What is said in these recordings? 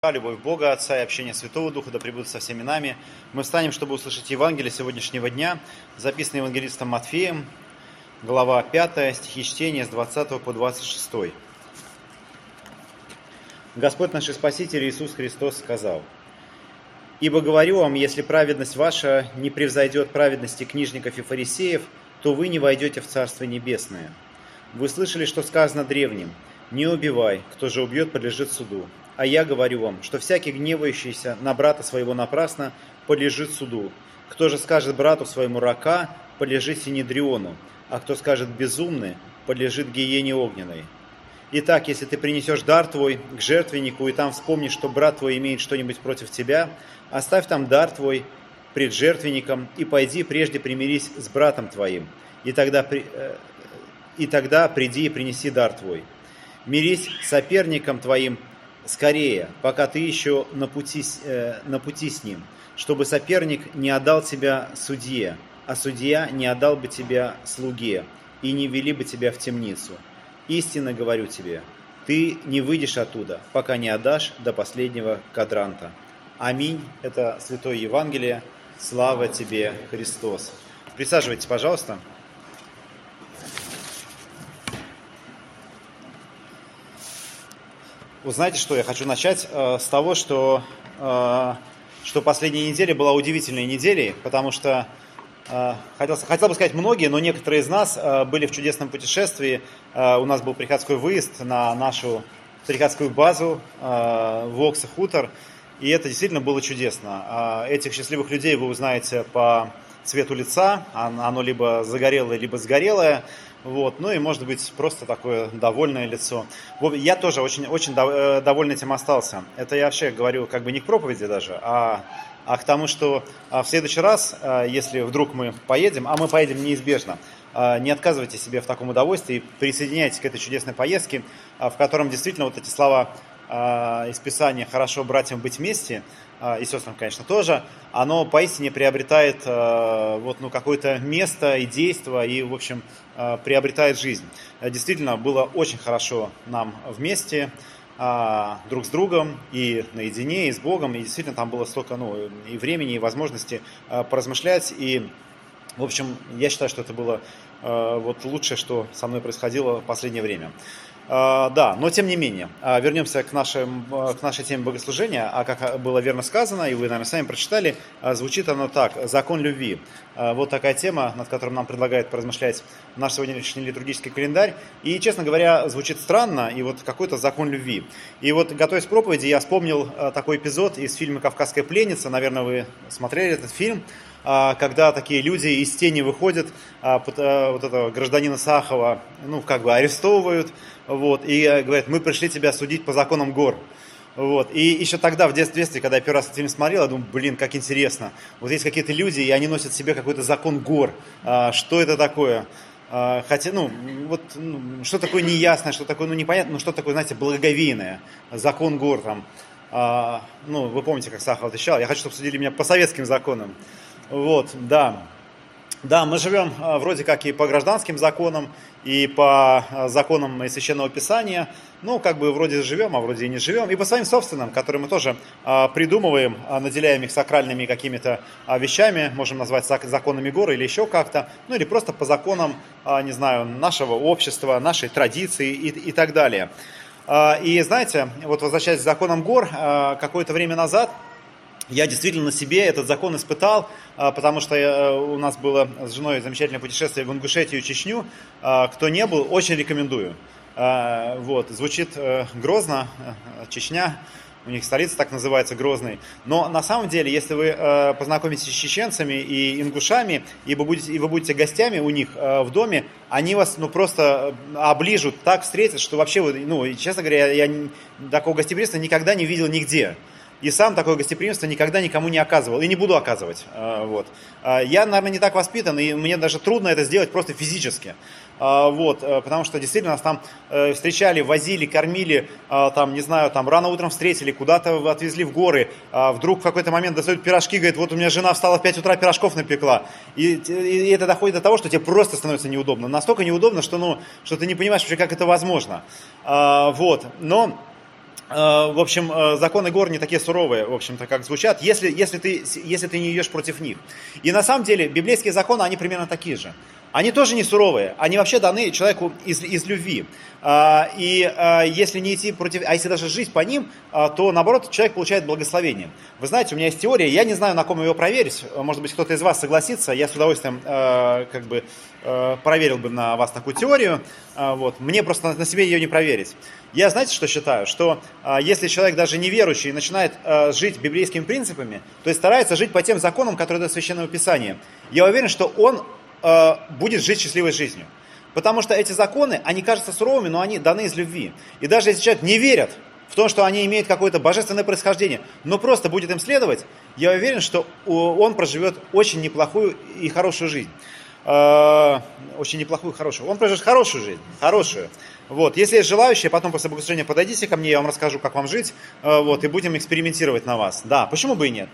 Любовь Бога, Отца и общение Святого Духа да пребудут со всеми нами. Мы встанем, чтобы услышать Евангелие сегодняшнего дня, записанное евангелистом Матфеем, глава 5, стихи чтения с 20 по 26. Господь наш и Спаситель Иисус Христос сказал: «Ибо говорю вам, если праведность ваша не превзойдет праведности книжников и фарисеев, то вы не войдете в Царство Небесное. Вы слышали, что сказано древним: не убивай, кто же убьет, подлежит суду. А я говорю вам, что всякий гневающийся на брата своего напрасно подлежит суду. Кто же скажет брату своему рака, подлежит синедриону, а кто скажет безумный, подлежит гиене огненной. Итак, если ты принесешь дар твой к жертвеннику, и там вспомнишь, что брат твой имеет что-нибудь против тебя, оставь там дар твой пред жертвенником, и пойди прежде примирись с братом твоим, и тогда приди и принеси дар твой. Мирись с соперником твоим скорее, пока ты еще на пути с ним, чтобы соперник не отдал тебя судье, а судья не отдал бы тебя слуге, и не ввели бы тебя в темницу. Истинно говорю тебе, ты не выйдешь оттуда, пока не отдашь до последнего квадранта». Аминь. Это Святое Евангелие. Слава тебе, Христос. Присаживайтесь, пожалуйста. Вы знаете, что я хочу начать с того, что последняя неделя была удивительной неделей, потому что хотел бы сказать многие, но некоторые из нас были в чудесном путешествии. У нас был приходской выезд на нашу приходскую базу в Окса-Хутор, и это действительно было чудесно. Этих счастливых людей вы узнаете по цвету лица, оно либо загорелое, либо сгорелое. Ну и может быть просто такое довольное лицо. Я тоже очень доволен этим остался. Это я вообще говорю как бы не к проповеди даже, а к тому, что в следующий раз, если вдруг мы поедем, а мы поедем неизбежно, не отказывайте себе в таком удовольствии, присоединяйтесь к этой чудесной поездке, в котором действительно вот эти слова из Писания «хорошо братьям быть вместе», и сестрам, конечно, тоже, оно поистине приобретает какое-то место и действие, и, в общем, приобретает жизнь. Действительно, было очень хорошо нам вместе, друг с другом, и наедине, и с Богом, и действительно там было столько и времени, и возможности поразмышлять, и, в общем, я считаю, что это было лучшее, что со мной происходило в последнее время. Да, но тем не менее, вернемся к нашей теме богослужения, а как было верно сказано, и вы, наверное, сами прочитали, звучит оно так: «Закон любви». Вот такая тема, над которой нам предлагает поразмышлять наш сегодняшний литургический календарь, и, честно говоря, звучит странно, и вот какой-то закон любви. И вот, готовясь к проповеди, я вспомнил такой эпизод из фильма «Кавказская пленница», наверное, вы смотрели этот фильм, когда такие люди из тени выходят, вот этого гражданина Сахова, арестовывают, и говорят: «Мы пришли тебя судить по законам гор». И еще тогда, в детстве, когда я первый раз этот фильм смотрел, я думаю, как интересно. Вот есть какие-то люди, и они носят в себе какой-то закон гор. Что это такое? Хотя, что такое неясное, что такое, непонятно, что такое, знаете, благоговейное. Закон гор, вы помните, как Сахов отвечал: «Я хочу, чтобы судили меня по советским законам». Да. Да, мы живем вроде как и по гражданским законам, и по законам из Священного Писания. Вроде живем, а вроде и не живем. И по своим собственным, которые мы тоже придумываем, наделяем их сакральными какими-то вещами, можем назвать законами гор или еще как-то, или просто по законам, нашего общества, нашей традиции и так далее. И знаете, возвращаясь к законам гор, какое-то время назад я действительно на себе этот закон испытал, потому что у нас было с женой замечательное путешествие в Ингушетию и Чечню. Кто не был, очень рекомендую. Звучит грозно, Чечня, у них столица так называется, Грозный. Но на самом деле, если вы познакомитесь с чеченцами и ингушами, и вы будете гостями у них в доме, они вас просто оближут, так встретят, что вообще, честно говоря, я такого гостеприимства никогда не видел нигде. И сам такое гостеприимство никогда никому не оказывал, и не буду оказывать. Я, наверное, не так воспитан, и мне даже трудно это сделать просто физически. Потому что действительно нас там встречали, возили, кормили, рано утром встретили, куда-то отвезли в горы. Вдруг в какой-то момент достают пирожки, говорит: «Вот у меня жена встала в 5 утра, пирожков напекла». И это доходит до того, что тебе просто становится неудобно. Настолько неудобно, что ты не понимаешь вообще, как это возможно. Но В общем, законы гор не такие суровые, в общем-то, как звучат, если ты не идешь против них. И на самом деле библейские законы, они примерно такие же. Они тоже не суровые, они вообще даны человеку из любви. Если не идти против, а если даже жить по ним, то наоборот человек получает благословение. Вы знаете, у меня есть теория, я не знаю, на ком ее проверить, может быть, кто-то из вас согласится, я с удовольствием проверил бы на вас такую теорию, мне просто на себе ее не проверить. Я, знаете, что считаю? Что если человек даже неверующий начинает жить библейскими принципами, то есть старается жить по тем законам, которые дает Священное Писание, я уверен, что он будет жить счастливой жизнью. Потому что эти законы, они кажутся суровыми, но они даны из любви. И даже если человек не верит в то, что они имеют какое-то божественное происхождение, но просто будет им следовать, я уверен, что он проживет очень неплохую и хорошую жизнь. Очень неплохую, хорошую. Он проживет хорошую жизнь, хорошую. Если есть желающие, потом после богослужения подойдите ко мне, я вам расскажу, как вам жить, и будем экспериментировать на вас. Да, почему бы и нет,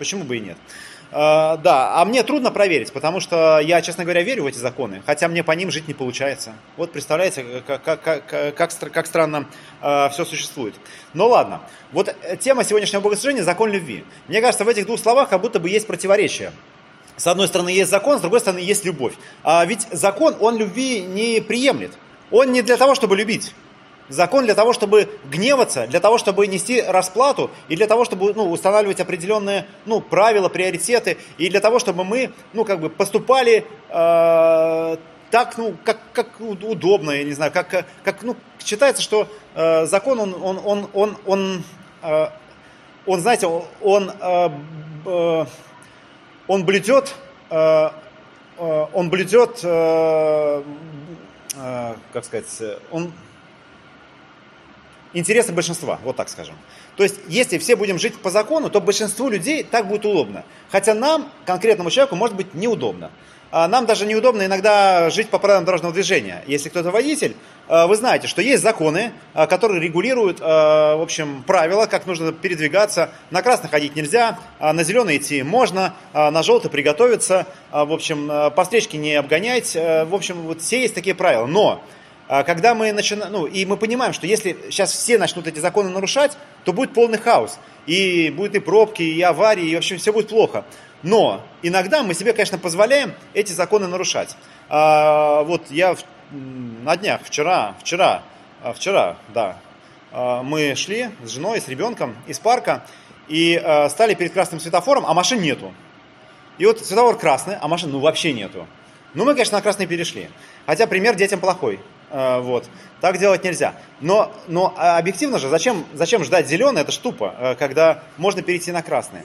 а мне трудно проверить, потому что я, честно говоря, верю в эти законы, хотя мне по ним жить не получается. Представляете, как странно все существует. Но ладно, тема сегодняшнего богослужения – закон любви. Мне кажется, в этих двух словах как будто бы есть противоречие. С одной стороны есть закон, с другой стороны есть любовь. Ведь закон, он любви не приемлет. Он не для того, чтобы любить. Закон для того, чтобы гневаться, для того, чтобы нести расплату, и для того, чтобы устанавливать определенные правила, приоритеты, и для того, чтобы мы поступали так, как удобно, я не знаю, считается, что закон, знаете, он блюдет, интересы большинства, так скажем. То есть, если все будем жить по закону, то большинству людей так будет удобно. Хотя нам, конкретному человеку, может быть неудобно. Нам даже неудобно иногда жить по правилам дорожного движения. Если кто-то водитель, вы знаете, что есть законы, которые регулируют, правила, как нужно передвигаться. На красный ходить нельзя, на зеленый идти можно, на желтый приготовиться, по встречке не обгонять. Все есть такие правила. Но когда мы начинаем, и мы понимаем, что если сейчас все начнут эти законы нарушать, то будет полный хаос. И будет и пробки, и аварии, и вообще все будет плохо. Но иногда мы себе, конечно, позволяем эти законы нарушать. Я на днях, вчера, мы шли с женой, с ребенком из парка и стали перед красным светофором, а машин нету. И светофор красный, а машин вообще нету. Мы, конечно, на красный перешли. Хотя пример детям плохой. Так делать нельзя. Но объективно же, зачем ждать зеленый, это ж тупо, когда можно перейти на красный.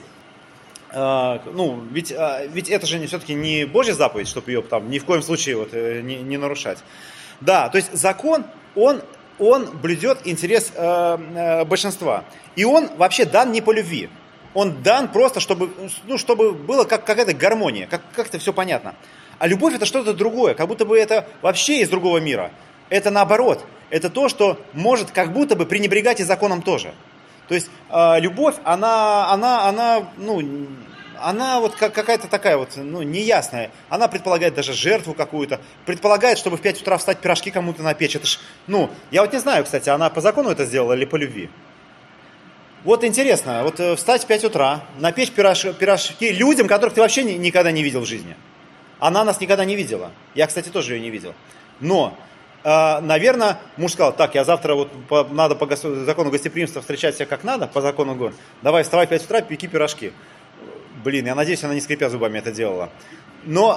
Ведь это же все-таки не Божья заповедь, чтобы ее ни в коем случае не нарушать. Да, то есть закон, он блюдет интерес большинства. И он вообще дан не по любви. Он дан просто, чтобы было какая-то гармония, как-то все понятно. А любовь это что-то другое, как будто бы это вообще из другого мира. Это наоборот, это то, что может как будто бы пренебрегать и законом тоже. То есть любовь, она какая-то такая неясная. Она предполагает даже жертву какую-то, предполагает, чтобы в 5 утра встать пирожки кому-то напечь. Это ж, я не знаю, кстати, она по закону это сделала или по любви. Интересно, встать в 5 утра, напечь пирожки людям, которых ты вообще никогда не видел в жизни. Она нас никогда не видела. Я, кстати, тоже ее не видел. Но, наверное, муж сказал, так, я завтра надо по закону гостеприимства встречать себя как надо, по закону гор. Давай, вставай в 5 утра, пеки пирожки. Я надеюсь, она не скрипя зубами это делала. Но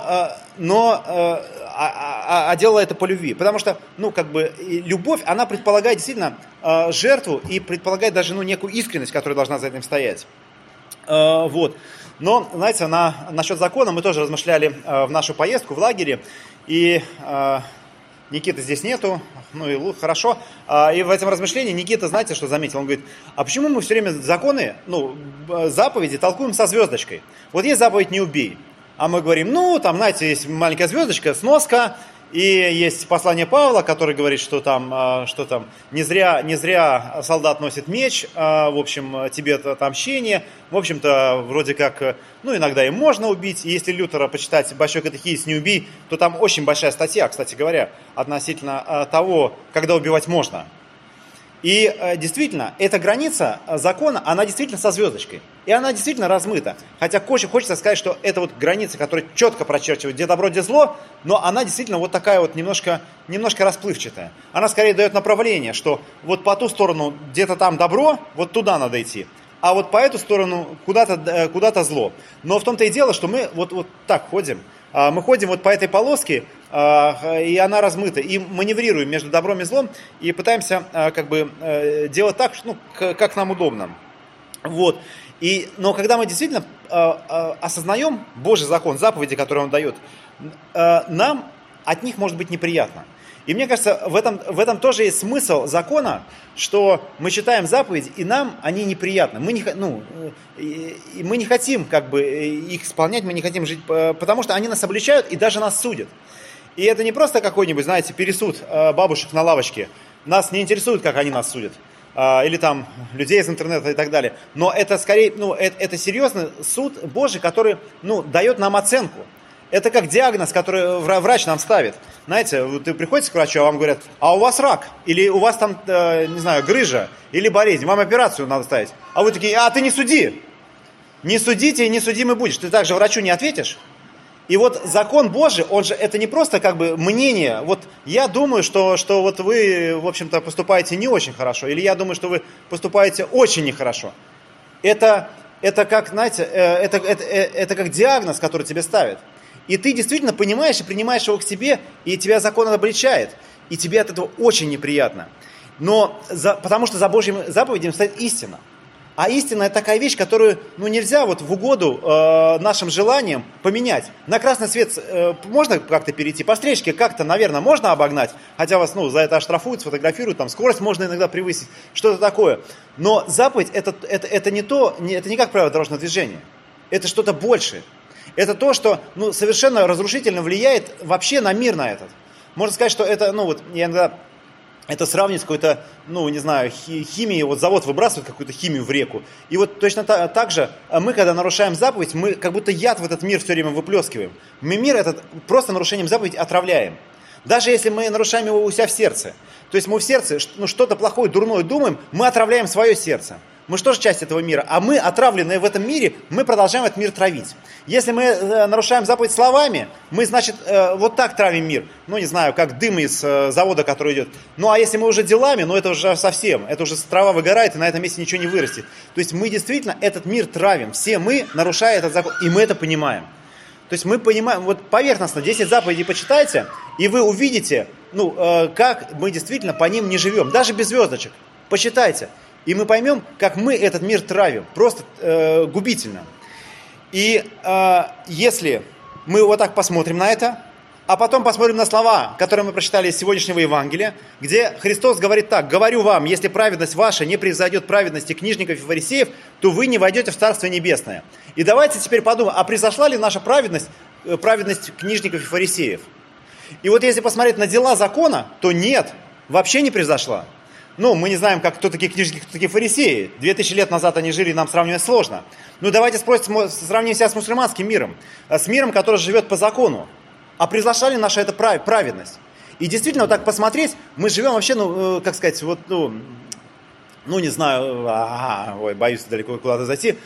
делала это по любви. Потому что, любовь, она предполагает действительно жертву и предполагает даже, некую искренность, которая должна за этим стоять. Но, знаете, насчет закона мы тоже размышляли в нашу поездку в лагере, и Никиты здесь нету, и хорошо. И в этом размышлении Никита, знаете, что заметил? Он говорит, а почему мы все время законы, заповеди толкуем со звездочкой? Есть заповедь «не убей», а мы говорим, знаете, есть маленькая звездочка, сноска, и есть послание Павла, который говорит, что там не зря солдат носит меч, тебе это отмщение, в общем-то, вроде как, иногда и можно убить, и если Лютера почитать «Большой катехизис, не убий», то там очень большая статья, кстати говоря, относительно того, когда убивать можно. И действительно, эта граница закона, она действительно со звездочкой. И она действительно размыта. Хотя хочется сказать, что это вот граница, которая четко прочерчивает, где добро, где зло, но она действительно вот такая вот немножко расплывчатая. Она скорее дает направление, что вот по ту сторону где-то там добро, вот туда надо идти. А вот по эту сторону куда-то зло. Но в том-то и дело, что мы вот так ходим. Мы ходим вот по этой полоске, и она размыта, и маневрируем между добром и злом, и пытаемся делать так, как нам удобно. Вот. Но когда мы действительно осознаем Божий закон, заповеди, которые Он дает, нам от них может быть неприятно. И мне кажется, в этом тоже есть смысл закона, что мы читаем заповеди, и нам они неприятны. Мы не хотим их исполнять, мы не хотим жить, потому что они нас обличают и даже нас судят. И это не просто какой-нибудь, знаете, пересуд бабушек на лавочке. Нас не интересует, как они нас судят. Или там людей из интернета и так далее. Но это скорее, это серьезный суд Божий, который, дает нам оценку. Это как диагноз, который врач нам ставит. Знаете, вы приходите к врачу, а вам говорят, а у вас рак, или у вас там, не знаю, грыжа, или болезнь, вам операцию надо ставить. А вы такие, ты не суди. Не судите, и не судимый будешь. Ты также врачу не ответишь. И вот закон Божий, он же, это не просто мнение. Вот я думаю, что вот вы, в общем-то, поступаете не очень хорошо, или я думаю, что вы поступаете очень нехорошо. Это как, знаете, это как диагноз, который тебе ставят. И ты действительно понимаешь и принимаешь его к себе, и тебя закон обличает, и тебе от этого очень неприятно. Потому что за Божьими заповедями стоит истина. А истина – это такая вещь, которую нельзя в угоду нашим желаниям поменять. На красный свет можно как-то перейти, по стрелочке как-то, наверное, можно обогнать, хотя вас за это оштрафуют, сфотографируют, там скорость можно иногда превысить, что-то такое. Но заповедь – это не как правило дорожного движения, это что-то большее. Это то, что совершенно разрушительно влияет вообще на мир на этот. Можно сказать, что это, я иногда это сравнить с какой-то, не знаю, химией, завод выбрасывает какую-то химию в реку. И вот точно так же мы, когда нарушаем заповедь, мы как будто яд в этот мир все время выплескиваем. Мы мир этот просто нарушением заповеди отравляем. Даже если мы нарушаем его у себя в сердце. То есть мы в сердце что-то плохое, дурное думаем, мы отравляем свое сердце. Мы же тоже часть этого мира, а мы, отравленные в этом мире, мы продолжаем этот мир травить. Если мы нарушаем заповедь словами, мы, значит, вот так травим мир. Не знаю, как дым из завода, который идет. А если мы уже делами, это уже совсем, это уже трава выгорает, и на этом месте ничего не вырастет. То есть мы действительно этот мир травим. Все мы, нарушая этот закон, и мы это понимаем. То есть мы понимаем, поверхностно 10 заповедей почитайте, и вы увидите, как мы действительно по ним не живем, даже без звездочек. Почитайте. И мы поймем, как мы этот мир травим, просто губительно. И если мы вот так посмотрим на это, а потом посмотрим на слова, которые мы прочитали из сегодняшнего Евангелия, где Христос говорит так: «Говорю вам, если праведность ваша не превзойдет праведности книжников и фарисеев, то вы не войдете в Царство Небесное». И давайте теперь подумаем, а превзошла ли наша праведность книжников и фарисеев? И вот если посмотреть на дела закона, то нет, вообще не превзошла. Мы не знаем, кто такие книжники, кто такие фарисеи. 2000 лет назад они жили, нам сравнивать сложно. Давайте сравним себя с мусульманским миром. С миром, который живет по закону. А превзошла ли наша эта праведность? И действительно, вот так посмотреть, мы живем вообще, не знаю, боюсь далеко куда-то зайти.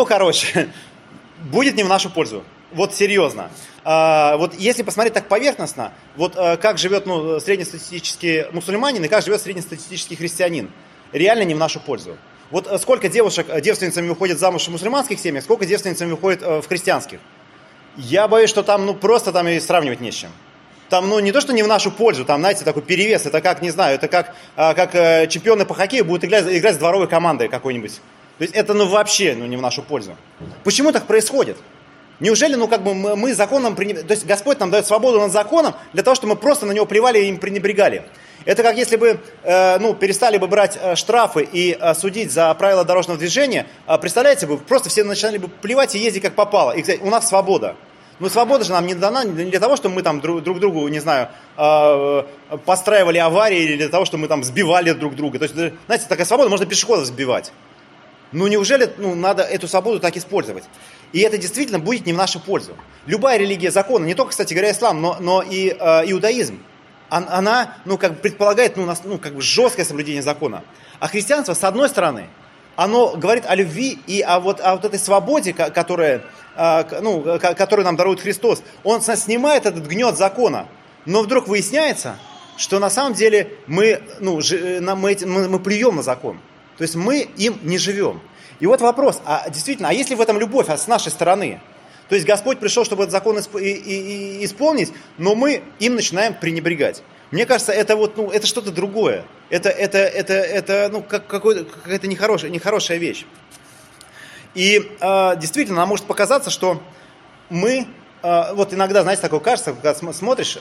Будет не в нашу пользу. Серьезно. Если посмотреть так поверхностно, как живет среднестатистический мусульманин и как живет среднестатистический христианин, реально не в нашу пользу. Сколько девушек девственницами выходят замуж в мусульманских семьях, сколько девственницами выходит в христианских. Я боюсь, что там просто там и сравнивать не с чем. Там не то, что не в нашу пользу, там, знаете, такой перевес, это как, не знаю, это как чемпионы по хоккею будут играть с дворовой командой какой-нибудь. То есть это вообще не в нашу пользу. Почему так происходит? Неужели, мы законом, то есть Господь нам дает свободу над законом для того, чтобы мы просто на него плевали и им пренебрегали. Это как если бы, перестали бы брать штрафы и судить за правила дорожного движения, представляете, просто все начинали бы плевать и ездить как попало. И сказать, у нас свобода. Свобода же нам не дана не для того, чтобы мы там друг другу, не знаю, постраивали аварии, или для того, чтобы мы там сбивали друг друга. То есть, знаете, такая свобода, можно пешеходов сбивать. Неужели надо эту свободу так использовать? И это действительно будет не в нашу пользу. Любая религия закона, не только, кстати говоря, ислам, но и иудаизм, она как бы предполагает как бы жесткое соблюдение закона. А христианство, с одной стороны, оно говорит о любви и о вот этой свободе, которую нам дарует Христос. Он снимает этот гнет закона. Но вдруг выясняется, что на самом деле мы плюем на закон. То есть мы им не живем. И вот вопрос, действительно, есть ли в этом любовь с нашей стороны? То есть Господь пришел, чтобы этот закон исполнить, но мы им начинаем пренебрегать. Мне кажется, это это что-то другое. Это какая-то нехорошая вещь. И действительно, нам может показаться, что мы, иногда, знаете, такое кажется, когда смотришь,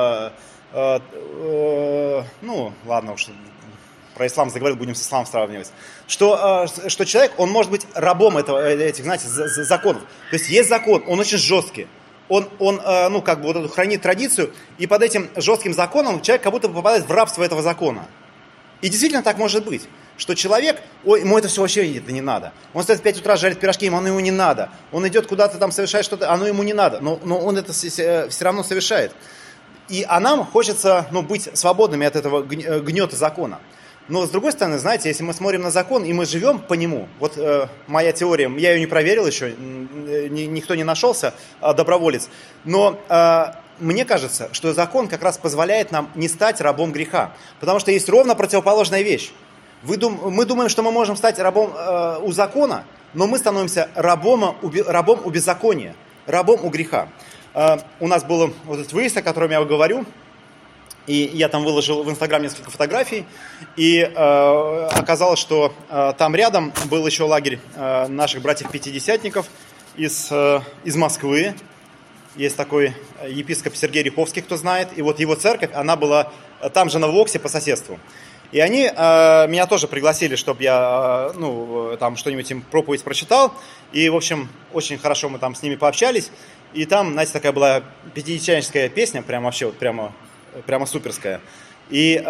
ладно уж, про ислам заговорил, будем с исламом сравнивать, что человек, он может быть рабом этих, знаете, законов. То есть закон, он очень жесткий. Он хранит традицию, и под этим жестким законом человек как будто попадает в рабство этого закона. И действительно так может быть, что человек, ему это все вообще не надо. Он стоит в 5 утра, жарит пирожки, ему не надо. Он идет куда-то там, совершает что-то, оно ему не надо. Но он это все равно совершает. А нам хочется быть свободными от этого гнета закона. Но с другой стороны, знаете, если мы смотрим на закон, и мы живем по нему, моя теория, я ее не проверил еще, никто не нашелся, доброволец, но мне кажется, что закон как раз позволяет нам не стать рабом греха, потому что есть ровно противоположная вещь. Мы думаем, что мы можем стать рабом у закона, но мы становимся рабом у беззакония, рабом у греха. У нас был этот выезд, о котором я говорю, и я там выложил в Инстаграм несколько фотографий, и оказалось, что там рядом был еще лагерь наших братьев-пятидесятников из Москвы. Есть такой епископ Сергей Риховский, кто знает, и вот его церковь, она была там же на Воксе по соседству. И они меня тоже пригласили, чтобы я там что-нибудь им проповедь прочитал, и, в общем, очень хорошо мы там с ними пообщались, и там, знаете, такая была пятидесятническая песня, прям вообще прямо суперская. И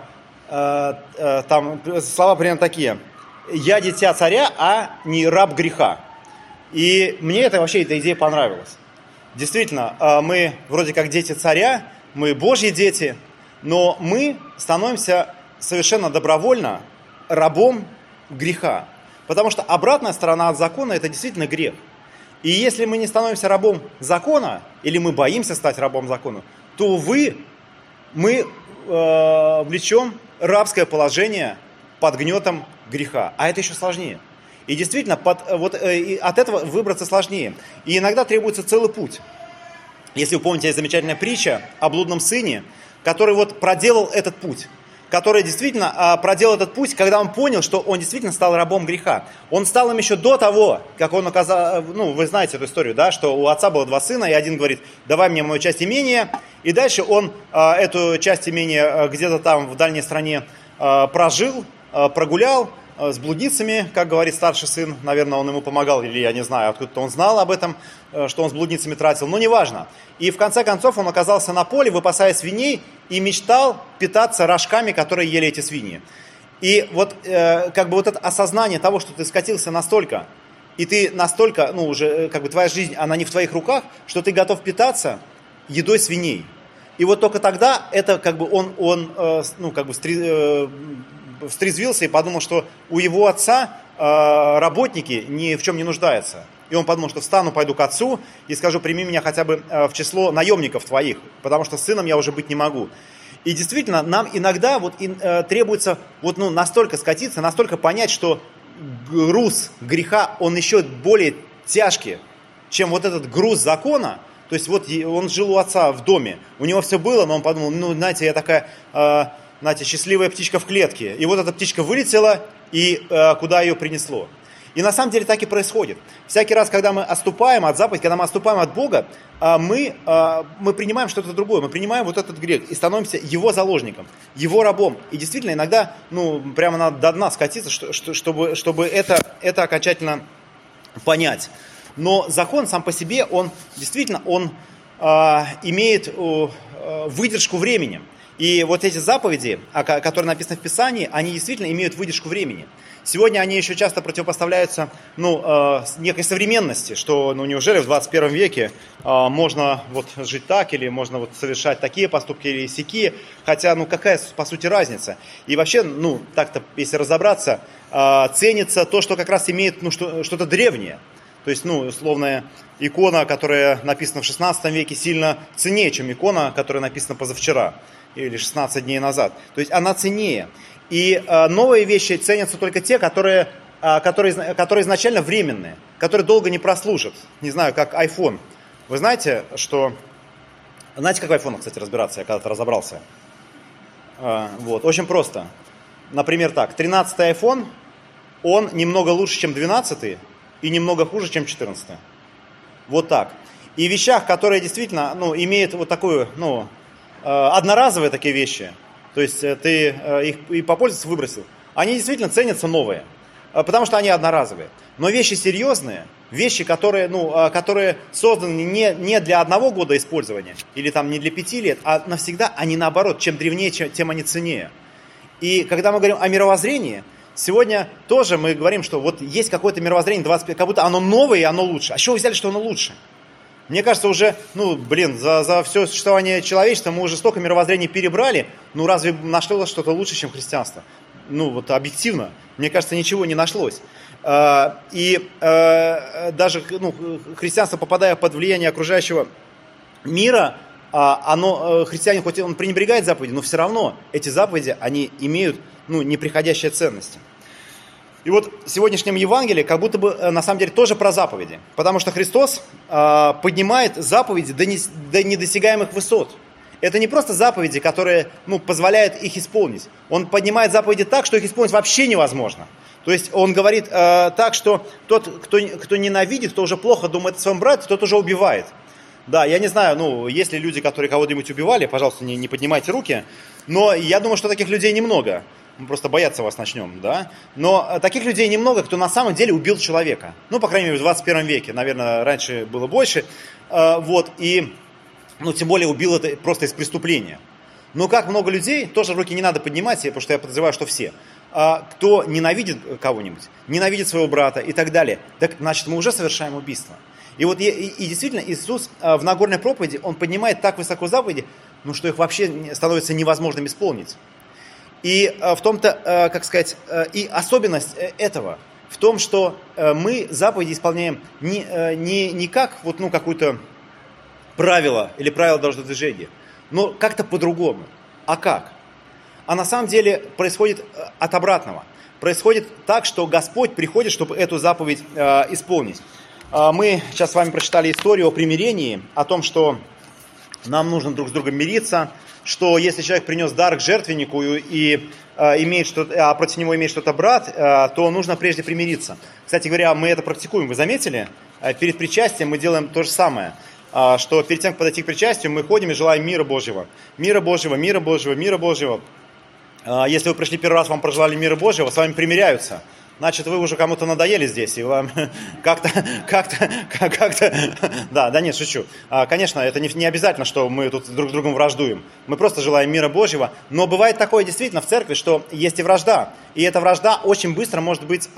там слова примерно такие: «Я дитя царя, а не раб греха». И мне эта идея понравилась. Действительно, мы вроде как дети царя, мы Божьи дети, но мы становимся совершенно добровольно рабом греха. Потому что обратная сторона от закона – это действительно грех. И если мы не становимся рабом закона, или мы боимся стать рабом закона, то мы влечем рабское положение под гнетом греха. А это еще сложнее. И действительно, от этого выбраться сложнее. И иногда требуется целый путь. Если вы помните, есть замечательная притча о блудном сыне, который проделал этот путь. Который действительно проделал этот путь, когда он понял, что он действительно стал рабом греха. Он стал им еще до того, как он оказался... вы знаете эту историю, да, что у отца было 2 сына, и один говорит: давай мне мою часть имения. И дальше он эту часть имения где-то там в дальней стране прожил, прогулял с блудницами, как говорит старший сын. Наверное, он ему помогал, или я не знаю, откуда-то он знал об этом, что он с блудницами тратил, но неважно. И в конце концов он оказался на поле, выпасая свиней, и мечтал питаться рожками, которые ели эти свиньи. И это осознание того, что ты скатился настолько, и ты настолько, уже твоя жизнь, она не в твоих руках, что ты готов питаться едой свиней. И только тогда это он встрезвился и подумал, что у его отца работники ни в чем не нуждаются. И он подумал, что встану, пойду к отцу и скажу: прими меня хотя бы в число наемников твоих, потому что сыном я уже быть не могу. И действительно, нам иногда требуется настолько скатиться, настолько понять, что груз греха, он еще более тяжкий, чем этот груз закона. То есть он жил у отца в доме, у него все было, но он подумал: знаете, я такая, счастливая птичка в клетке. И эта птичка вылетела, и куда ее принесло. И на самом деле так и происходит. Всякий раз, когда мы отступаем от заповеди, когда мы отступаем от Бога, мы принимаем что-то другое, мы принимаем этот грех и становимся его заложником, его рабом. И действительно, иногда прямо надо до дна скатиться, чтобы это окончательно понять. Но закон сам по себе, он действительно имеет выдержку времени. И вот эти заповеди, которые написаны в Писании, они действительно имеют выдержку времени. Сегодня они еще часто противопоставляются некой современности, что неужели в 21 веке можно вот жить так, или можно вот совершать такие поступки или сякие, хотя какая по сути разница. И вообще, так-то, если разобраться, ценится то, что как раз имеет что-то древнее. То есть, условная икона, которая написана в 16 веке, сильно ценнее, чем икона, которая написана позавчера или 16 дней назад. То есть она ценнее. И новые вещи ценятся только те, которые изначально временные, которые долго не прослужат. Не знаю, как iPhone. Вы знаете, Знаете, как в iPhone, кстати, разбираться? Я когда-то разобрался. Очень просто. Например, 13-й iPhone, он немного лучше, чем 12-й, и немного хуже, чем 14-й. Вот так. И в вещах, которые действительно имеют вот такую, одноразовые такие вещи, то есть ты их и попользоваться выбросил, они действительно ценятся новые, потому что они одноразовые. Но вещи серьезные, вещи, которые созданы не для 1 года использования, или не для 5 лет, а навсегда, они наоборот, чем древнее, тем они ценнее. И когда мы говорим о мировоззрении, сегодня тоже мы говорим, что вот есть какое-то мировоззрение 25, как будто оно новое и оно лучше. А с чего вы взяли, что оно лучше? Мне кажется, уже, за все существование человечества мы уже столько мировоззрений перебрали, разве нашлось что-то лучше, чем христианство? Объективно, мне кажется, ничего не нашлось. И даже христианство, попадая под влияние окружающего мира, христианин, хоть он пренебрегает заповеди, но все равно эти заповеди, они имеют неприходящие ценности. И вот в сегодняшнем Евангелии как будто бы на самом деле тоже про заповеди, потому что Христос поднимает заповеди до недосягаемых высот. Это не просто заповеди, которые позволяют их исполнить. Он поднимает заповеди так, что их исполнить вообще невозможно. То есть он говорит так, что тот, кто ненавидит, кто уже плохо думает о своем брате, тот уже убивает. Да, я не знаю, есть ли люди, которые кого-нибудь убивали, пожалуйста, не поднимайте руки, но я думаю, что таких людей немного. Мы просто бояться вас начнем, да? Но таких людей немного, кто на самом деле убил человека. По крайней мере, в 21 веке. Наверное, раньше было больше. И, тем более, убил это просто из преступления. Но как много людей, тоже руки не надо поднимать, потому что я подозреваю, что все, кто ненавидит кого-нибудь, ненавидит своего брата и так далее, так, значит, мы уже совершаем убийство. И действительно, Иисус в Нагорной проповеди, Он поднимает так высоко заповеди, что их вообще становится невозможным исполнить. И в том-то, и особенность этого в том, что мы заповеди исполняем не как какое-то правило или правило дорожного движения, но как-то по-другому. А как? А на самом деле происходит от обратного. Происходит так, что Господь приходит, чтобы эту заповедь исполнить. Мы сейчас с вами прочитали историю о примирении, о том, что нам нужно друг с другом мириться, что если человек принес дар к жертвеннику и имеет что-то, а против него имеет что-то брат, то нужно прежде примириться. Кстати говоря, мы это практикуем, вы заметили? Перед причастием мы делаем то же самое, что перед тем, как подойти к причастию, мы ходим и желаем мира Божьего. Мира Божьего, мира Божьего, мира Божьего. Если вы пришли первый раз, вам пожелали мира Божьего, с вами примиряются. Значит, вы уже кому-то надоели здесь, и вам как-то... Да, нет, шучу. Конечно, это не обязательно, что мы тут друг с другом враждуем. Мы просто желаем мира Божьего. Но бывает такое действительно в церкви, что есть и вражда. И эта вражда очень быстро может быть,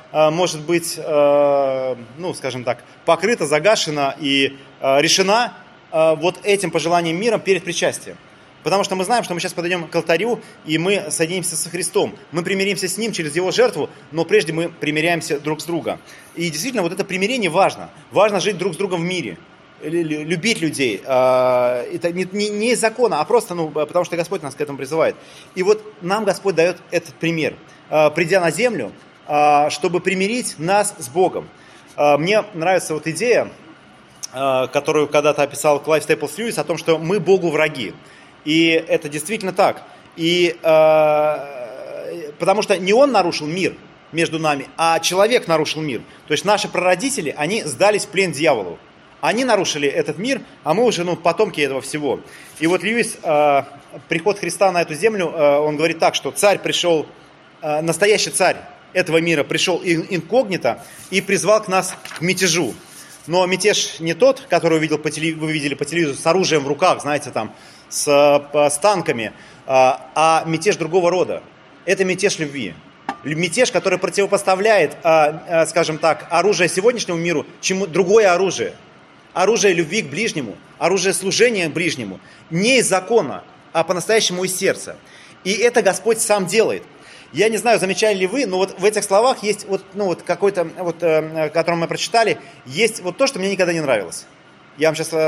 скажем так, покрыта, загашена и решена вот этим пожеланием мира перед причастием. Потому что мы знаем, что мы сейчас подойдем к алтарю, и мы соединимся со Христом. Мы примиримся с Ним через Его жертву, но прежде мы примиряемся друг с другом. И действительно, вот это примирение важно. Важно жить друг с другом в мире, любить людей. Это не из закона, а просто, потому что Господь нас к этому призывает. И вот нам Господь дает этот пример, придя на землю, чтобы примирить нас с Богом. Мне нравится вот идея, которую когда-то описал Клайв Стейплс Льюис, о том, что мы Богу враги. И это действительно так. И потому что не он нарушил мир между нами, а человек нарушил мир. То есть наши прародители, они сдались в плен дьяволу. Они нарушили этот мир, а мы уже потомки этого всего. И вот Льюис, приход Христа на эту землю, он говорит так, что царь пришел, настоящий царь этого мира пришел инкогнито и призвал к нас к мятежу. Но мятеж не тот, который вы видели по телевизору, с оружием в руках, знаете, там, с танками, а мятеж другого рода. Это мятеж любви. Мятеж, который противопоставляет, скажем так, оружие сегодняшнему миру, чему другое оружие. Оружие любви к ближнему, оружие служения ближнему. Не из закона, а по-настоящему из сердца. И это Господь сам делает. Я не знаю, замечали ли вы, но вот в этих словах есть какой-то, который мы прочитали, есть вот то, что мне никогда не нравилось. Я вам сейчас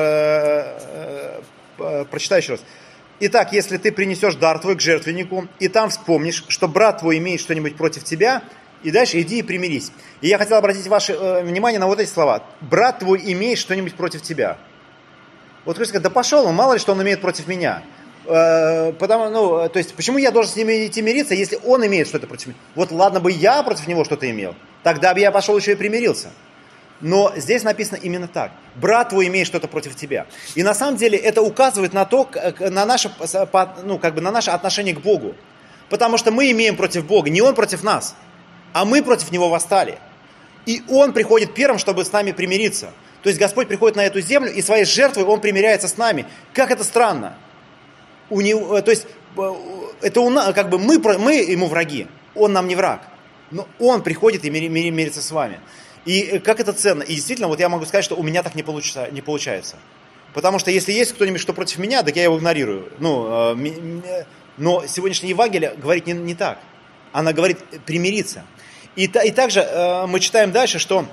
прочитаю еще раз. Итак, если ты принесешь дар твой к жертвеннику, и там вспомнишь, что брат твой имеет что-нибудь против тебя, и дальше иди и примирись. И я хотел обратить ваше внимание на вот эти слова. Брат твой имеет что-нибудь против тебя. Вот Христос говорит, да пошел он, мало ли, что он имеет против меня. То есть, почему я должен с ним идти мириться, если он имеет что-то против меня? Вот ладно бы я против него что-то имел, тогда бы я пошел еще и примирился. Но здесь написано именно так. Брат твой имеет что-то против тебя. И на самом деле это указывает на то, на наше отношение к Богу. Потому что мы имеем против Бога, не Он против нас, а мы против Него восстали. И Он приходит первым, чтобы с нами примириться. То есть Господь приходит на эту землю, и своей жертвой Он примиряется с нами. Как это странно. Мы Ему враги, Он нам не враг. Но Он приходит и мирится с вами. И как это ценно. И действительно, вот я могу сказать, что у меня так не получается. Потому что если есть кто-нибудь, что против меня, так я его игнорирую. Но сегодняшнее Евангелие говорит не так. Она говорит примириться. И также мы читаем дальше, что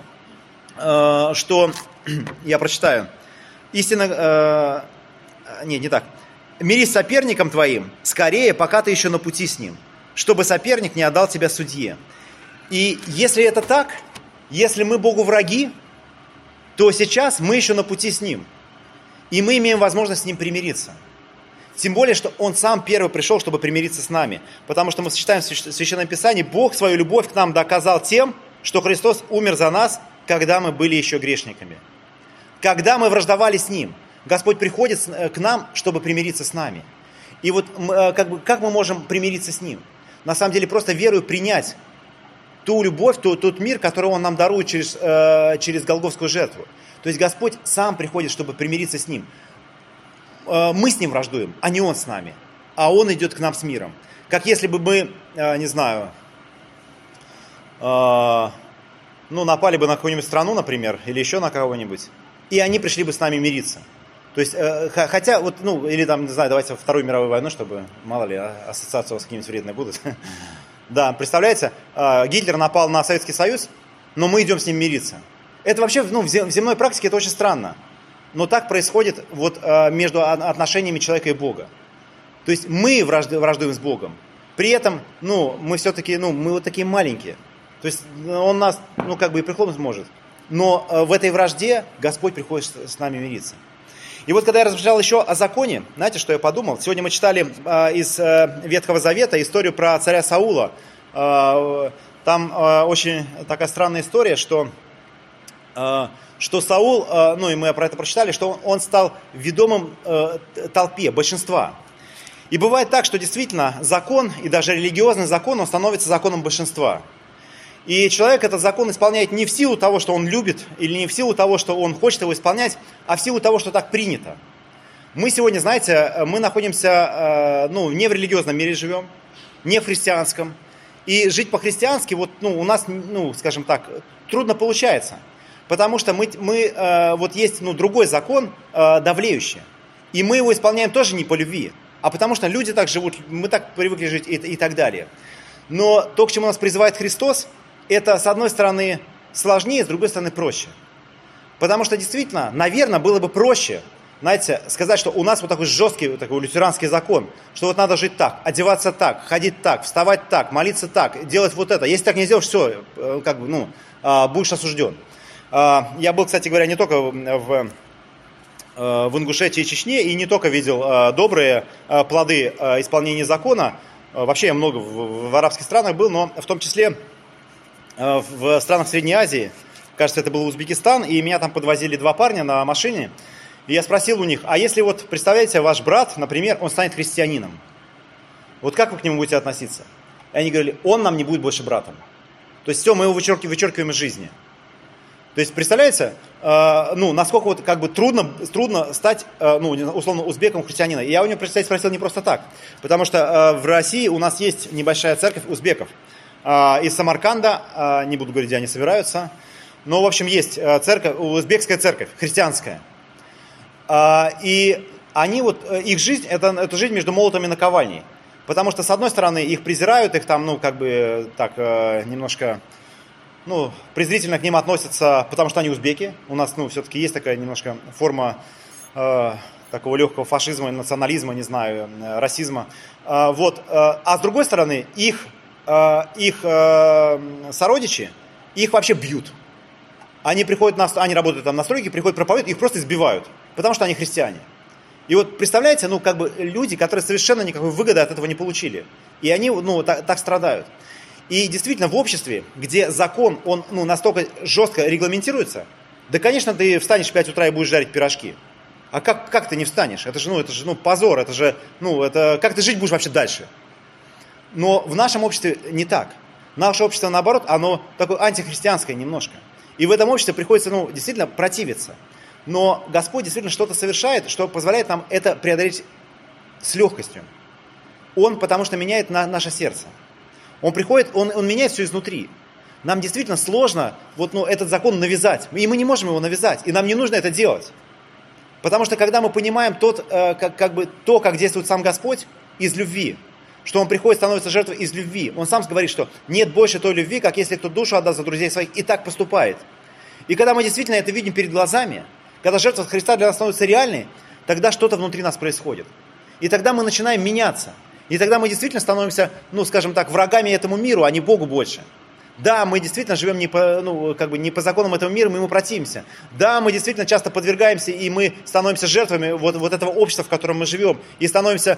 я прочитаю. Истинно... не так. «Мирись с соперником твоим скорее, пока ты еще на пути с ним, чтобы соперник не отдал тебя судье». И если это так, если мы Богу враги, то сейчас мы еще на пути с Ним. И мы имеем возможность с Ним примириться. Тем более, что Он сам первый пришел, чтобы примириться с нами. Потому что мы читаем в Священном Писании, Бог свою любовь к нам доказал тем, что Христос умер за нас, когда мы были еще грешниками. Когда мы враждовали с Ним, Господь приходит к нам, чтобы примириться с нами. И вот как мы можем примириться с Ним? На самом деле, просто верою принять ту любовь, тот мир, который Он нам дарует через Голгофскую жертву. То есть Господь сам приходит, чтобы примириться с Ним. Мы с Ним враждуем, а не Он с нами. А Он идет к нам с миром. Как если бы мы, не знаю, напали бы на какую-нибудь страну, например, или еще на кого-нибудь, и они пришли бы с нами мириться. То есть, хотя, или там, не знаю, давайте Вторую мировую войну, чтобы, мало ли, ассоциации у вас какие-нибудь вредные будут. Да, представляете, Гитлер напал на Советский Союз, но мы идем с ним мириться. Это вообще, в земной практике это очень странно. Но так происходит между отношениями человека и Бога. То есть мы враждуем с Богом. При этом, мы все-таки, мы вот такие маленькие. То есть Он нас, и прихлопнуть может. Но в этой вражде Господь приходит с нами мириться. И вот когда я размышлял еще о законе, знаете, что я подумал? Сегодня мы читали из Ветхого Завета историю про царя Саула. Там очень такая странная история, что Саул, и мы про это прочитали, что он стал ведомым толпе, большинства. И бывает так, что действительно закон, и даже религиозный закон, он становится законом большинства. И человек этот закон исполняет не в силу того, что он любит, или не в силу того, что он хочет его исполнять, а в силу того, что так принято. Мы сегодня, знаете, мы находимся, не в религиозном мире живем, не в христианском. И жить по-христиански у нас, скажем так, трудно получается. Потому что есть другой закон, давлеющий. И мы его исполняем тоже не по любви, а потому что люди так живут, мы так привыкли жить и так далее. Но то, к чему нас призывает Христос, это, с одной стороны, сложнее, с другой стороны, проще. Потому что, действительно, наверное, было бы проще, знаете, сказать, что у нас такой жесткий, такой лютеранский закон, что надо жить так, одеваться так, ходить так, вставать так, молиться так, делать вот это. Если так не сделаешь, все, будешь осужден. Я был, кстати говоря, не только в Ингушетии и Чечне, и не только видел добрые плоды исполнения закона. Вообще я много в арабских странах был, но в том числе в странах Средней Азии, кажется, это был Узбекистан, и меня там подвозили два парня на машине, и я спросил у них, а если представляете, ваш брат, например, он станет христианином, как вы к нему будете относиться? И они говорили, он нам не будет больше братом. То есть все, мы его вычеркиваем из жизни. То есть, представляете, насколько вот как бы трудно стать, условно, узбеком христианина. И я у него, кстати, спросил не просто так, потому что в России у нас есть небольшая церковь узбеков. Из Самарканда, не буду говорить, где они собираются, но, в общем, есть церковь, узбекская церковь, христианская. И они их жизнь, это жизнь между молотом и наковальней. Потому что, с одной стороны, их презирают, их там, немножко, презрительно к ним относятся, потому что они узбеки. У нас, все-таки есть такая немножко форма такого легкого фашизма, национализма, не знаю, расизма. А с другой стороны, их сородичи, их вообще бьют. Они они работают там на стройке, приходят, проповедуют, их просто избивают, потому что они христиане. И вот представляете, люди, которые совершенно никакой выгоды от этого не получили. И они, так страдают. И действительно, в обществе, где закон, он, настолько жестко регламентируется, да, конечно, ты встанешь в 5 утра и будешь жарить пирожки. А как ты не встанешь? Это же позор, как ты жить будешь вообще дальше? Но в нашем обществе не так. Наше общество, наоборот, оно такое антихристианское немножко. И в этом обществе приходится, действительно противиться. Но Господь действительно что-то совершает, что позволяет нам это преодолеть с легкостью. Он потому что меняет наше сердце. Он приходит, он меняет все изнутри. Нам действительно сложно этот закон навязать. И мы не можем его навязать. И нам не нужно это делать. Потому что когда мы понимаем как действует сам Господь из любви, что Он приходит, становится жертвой из любви. Он сам говорит, что нет больше той любви, как если кто душу отдаст за друзей своих, и так поступает. И когда мы действительно это видим перед глазами, когда жертва Христа для нас становится реальной, тогда что-то внутри нас происходит. И тогда мы начинаем меняться. И тогда мы действительно становимся, врагами этому миру, а не Богу больше. Да, мы действительно живем не по законам этого мира, мы ему противимся. Да, мы действительно часто подвергаемся, и мы становимся жертвами вот этого общества, в котором мы живем. И становимся,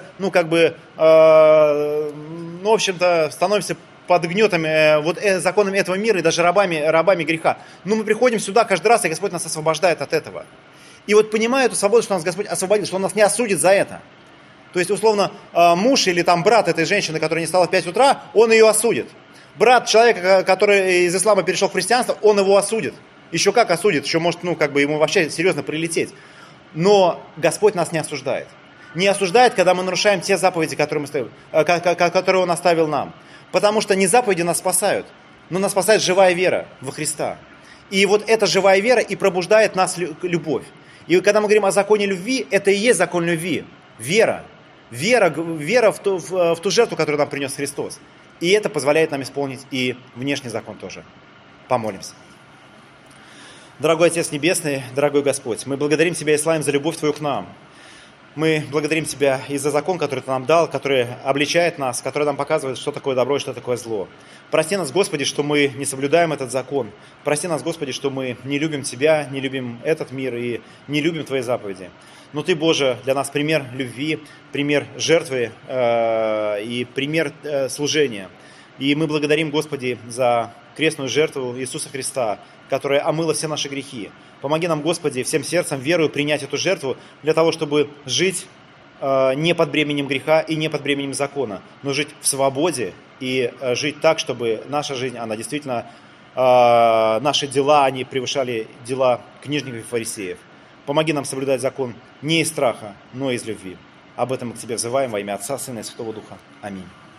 становимся под гнетом законами этого мира и даже рабами греха. Но мы приходим сюда каждый раз, и Господь нас освобождает от этого. И понимая эту свободу, что нас Господь освободил, что Он нас не осудит за это. То есть, условно, муж или брат этой женщины, которая не встала в 5 утра, он ее осудит. Брат человека, который из ислама перешел в христианство, он его осудит. Еще как осудит, еще может, ему вообще серьезно прилететь. Но Господь нас не осуждает. Не осуждает, когда мы нарушаем те заповеди, которые Он оставил нам. Потому что не заповеди нас спасают, но нас спасает живая вера во Христа. И эта живая вера и пробуждает нас любовь. И когда мы говорим о законе любви, это и есть закон любви. Вера в ту жертву, которую нам принес Христос. И это позволяет нам исполнить и внешний закон тоже. Помолимся. Дорогой Отец Небесный, дорогой Господь, мы благодарим Тебя и славим за любовь Твою к нам. Мы благодарим Тебя и за закон, который Ты нам дал, который обличает нас, который нам показывает, что такое добро и что такое зло. Прости нас, Господи, что мы не соблюдаем этот закон. Прости нас, Господи, что мы не любим Тебя, не любим этот мир и не любим Твои заповеди. Но Ты, Боже, для нас пример любви, пример жертвы и пример служения. И мы благодарим, Господи, за крестную жертву Иисуса Христа, которая омыла все наши грехи. Помоги нам, Господи, всем сердцем, верою принять эту жертву для того, чтобы жить не под бременем греха и не под бременем закона, но жить в свободе и жить так, чтобы наша жизнь, она действительно, наши дела, они превышали дела книжников и фарисеев. Помоги нам соблюдать закон не из страха, но из любви. Об этом мы к Тебе взываем во имя Отца, Сына и Святого Духа. Аминь.